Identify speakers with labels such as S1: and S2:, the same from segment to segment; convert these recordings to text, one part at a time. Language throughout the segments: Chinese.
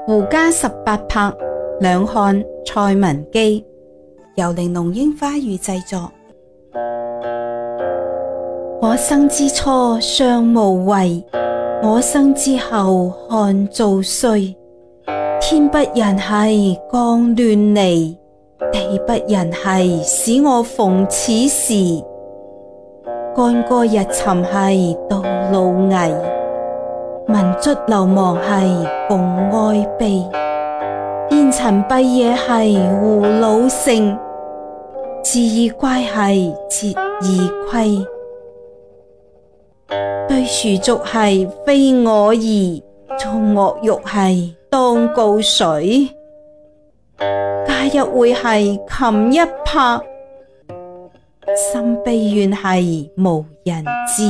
S1: 胡笳18拍，兩漢蔡文姬，由玲瓏櫻花語製作。我生之初尚無為，我生之後漢造歲。天不仁兮降亂離，地不仁兮使我逢此時。干戈日沉兮道路危，民卒流亡兮共哀悲。煙塵蔽野兮胡虜城，志以乖兮節以虧。對殊俗兮非我宜，做惡欲兮當告誰？假一會兮琴一拍，心悲怨兮無人知。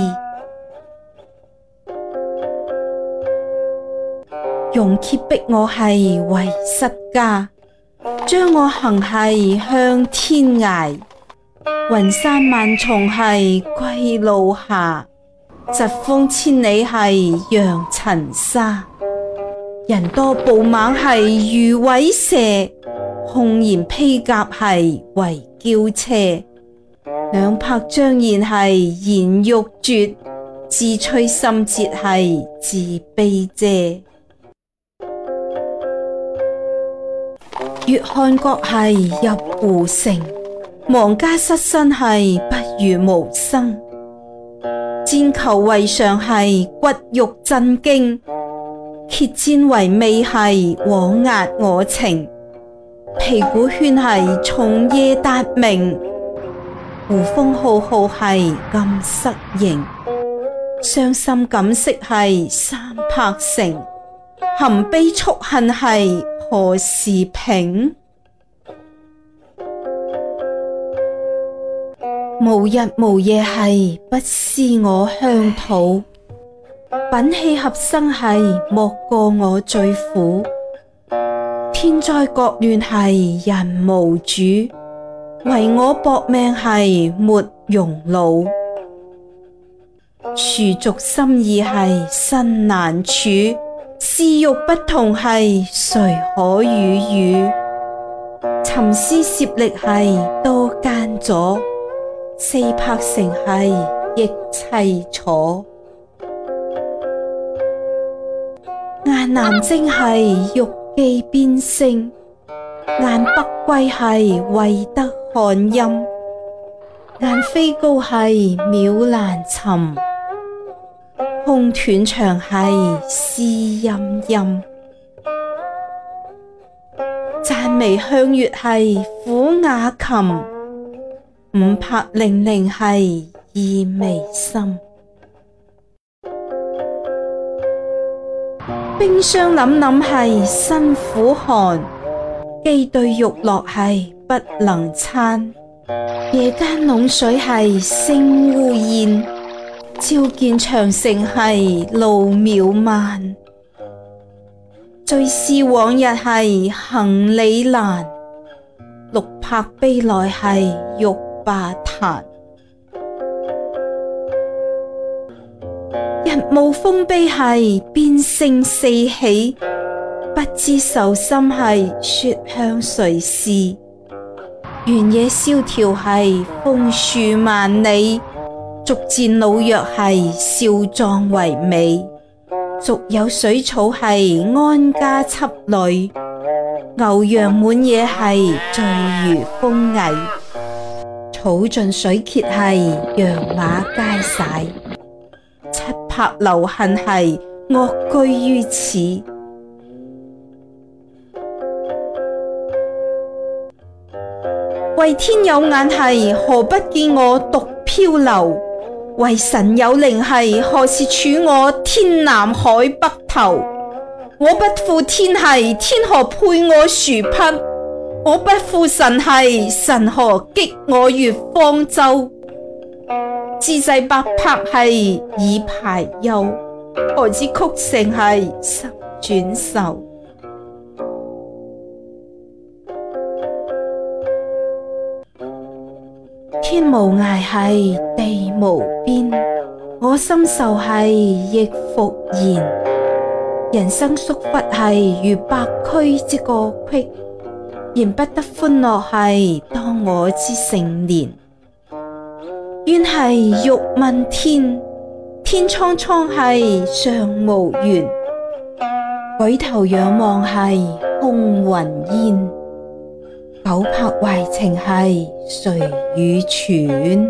S1: 庸羯逼我兮為失家，將我行兮向天涯。雲山萬重兮歸路下，疾風千里兮揚塵沙。人多暴猛兮如虺蛇，空言披甲兮為驕奢。兩拍張然兮言欲絕，志摧心折兮自卑嗟。越漢國兮入胡城，亡家失身兮不如無生。戰求為上兮骨肉震驚，揭戰為美兮枉壓我情。皮鼓喧兮從夜達明，胡風浩浩兮禁塞營。傷心感色兮三拍成，含悲蓄恨兮何時平？無日無夜兮不思我鄉土，稟氣合生兮莫過我最苦。天災國亂兮人無主，唯我薄命兮沒容惱。殊俗心意兮身難處，嗜欲不同兮誰可與語？尋思攝力兮多艱阻，四拍成兮亦凄楚。雁南征兮欲寄邊聲，雁北歸兮為得漢音。雁飛高兮渺難尋，空斷腸兮思陰陰。讚眉向月兮撫雅琴，五拍零零兮意味深。冰霜凜凜兮身苦寒，寄對玉落兮不能餐。夜間隴水兮聲烏煙，照見長城兮路渺漫。追思往日兮行李難，六拍悲來兮欲罷彈。日暮風悲兮邊聲四起，不知愁心兮說向誰事？原野蕭條兮楓樹萬里，逐漸老弱兮少壯為美。俗有水草兮安家笏裏，牛羊滿野兮聚如風蟻。草盡水竭兮羊馬皆徙，七拍留恨兮惡居於此。為天有眼兮何不見我獨漂流？為神有靈兮何時處我天南海北頭？我不負天兮天何配我殊匹？我不負神兮神何擊我越方舟？自制百拍兮以排憂，何知曲成兮心轉愁。天無涯兮地無邊，我心愁兮亦復然。 人生束縛係如百區之過隙，然不得歡樂係當我之成年。願係欲問天，天蒼蒼係上無緣，舉頭仰望係空雲煙，久泊懷情係誰與傳？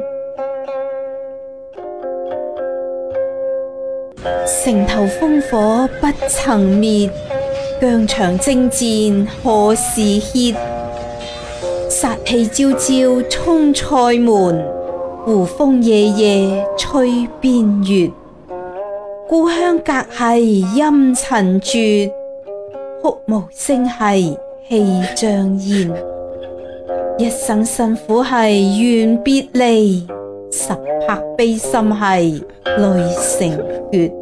S1: 城頭烽火不曾滅，疆場征戰何時歇？殺氣朝朝衝塞門，胡風夜夜吹邊月。故鄉隔係陰塵絕，哭無聲係氣將煙。一生辛苦係願別離，十拍悲心係淚成決。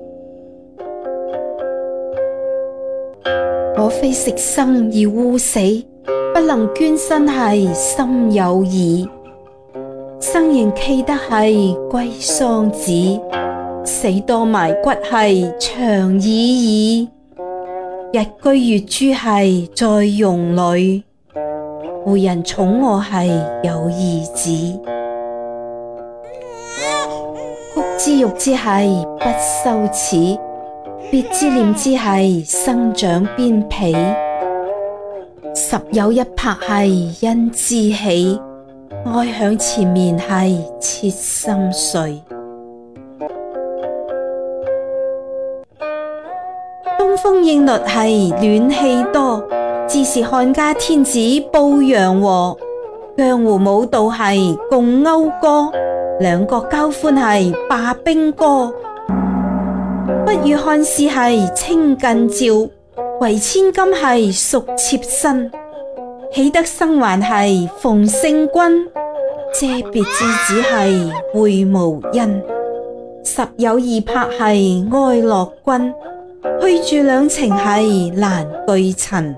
S1: 我非食生而惡死，不能捐身係心有耳。生仍期得係歸桑梓，死多埋骨係長已矣。日居月諸係在容裏，故人寵我係有兒子。谷之育之係不羞恥，別之念之係生長邊彼。十有一拍係因知喜，哀響前面係切心碎。東風應律係暖氣多，自是漢家天子報陽和。江湖舞蹈係共謳歌，兩國交歡係罷兵歌。不與漢士係清近照，唯千金係屬妾身。喜得生還係逢聖君，借別之子係會無因。十有二拍係哀樂君，虛住兩情係難具陳。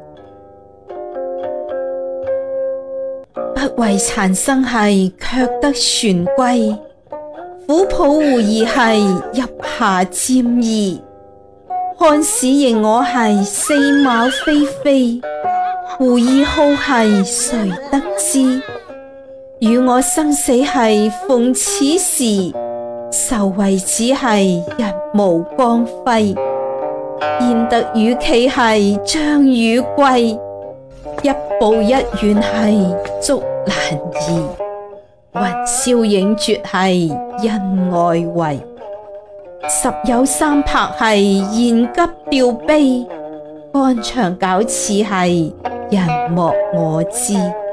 S1: 不為殘生係卻得旋歸，虎抱狐兒係入下沾衣。漢使認我係四貌非非，狐兒好係誰得知？與我生死係逢此時，愁為只係日無光輝。焉得與期係將與歸，一步一遠係足難移。雲霄影絕係因外圍，十有三拍係言急調悲。肝腸絞刺係人莫我知。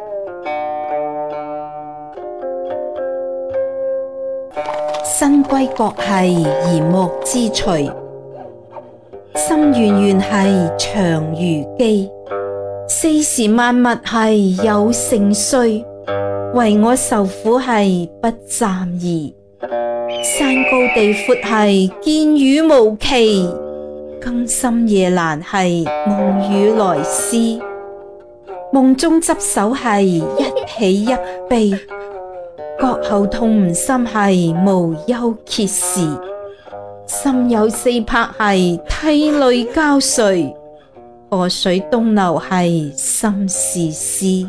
S1: 身歸國係而莫之除，心源源係長如機。世時萬物係有盛衰，唯我受苦係不暫移。山高地闊係見雨無期，更深夜難係夢與來思。夢中執手係一喜一悲，覺後痛唔心係無憂歇時。心有四拍係涕淚交瘁，河水東流係心事思。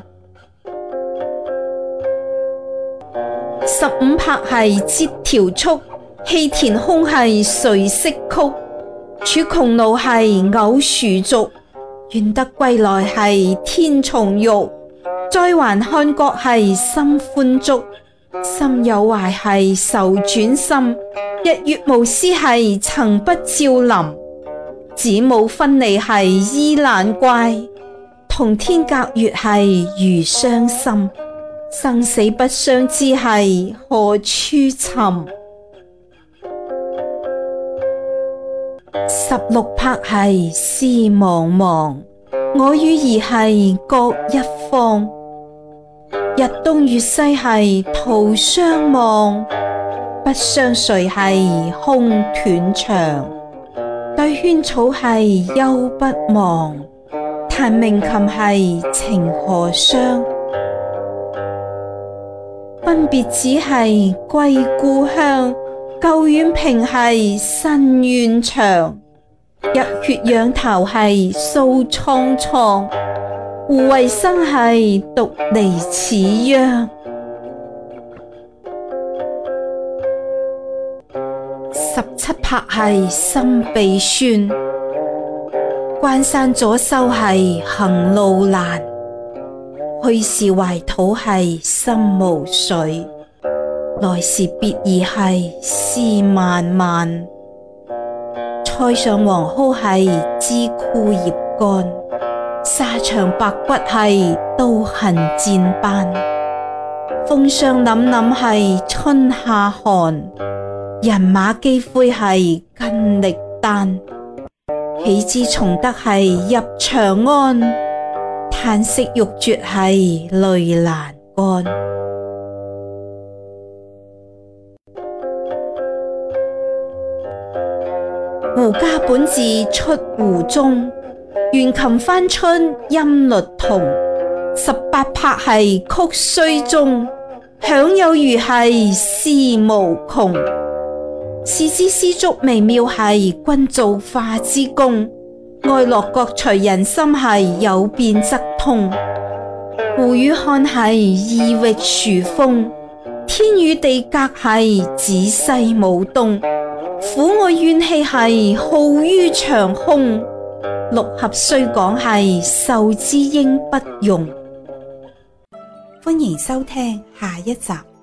S1: 十五拍係折條束，氣填空係誰識曲？處窮路係偶殊俗，願得歸來係天從玉。再還漢國係心歡足，心有懷係愁轉心。日月無私係曾不照臨，子母分離係意難怪。同天隔月係如傷心，生死不相知係何處尋？十六拍係思茫茫，我與兒係各一方。日東月西係徒相望，不相隨係空斷腸。對萱草係憂不忘，彈鳴琴係情何傷？分別只係歸故鄉，舊遠平係新怨長。 入血仰頭係掃蒼蒼，護衛生係獨離此央。17拍係心鼻酸，關山阻修係行路難，去時懷土係心無水，來時別意係思漫漫。塞上黃蒿係枝枯葉乾，沙場白骨係刀痕戰斑。風霜凜凜係春夏寒，人馬機灰係筋力單。豈知從得係入長安，嘆息欲絕係淚闌干。胡家本自出胡中，弦琴翻春音律同。18拍係曲雖終，響有餘係詩無窮。視之絲竹微妙係君造化之功，哀樂各隨人心係有變則通。胡與漢係異域殊風，天與地隔係子西武東。苦愛怨氣係浩於長空，六合雖講係受之應不用。歡迎收聽下一集。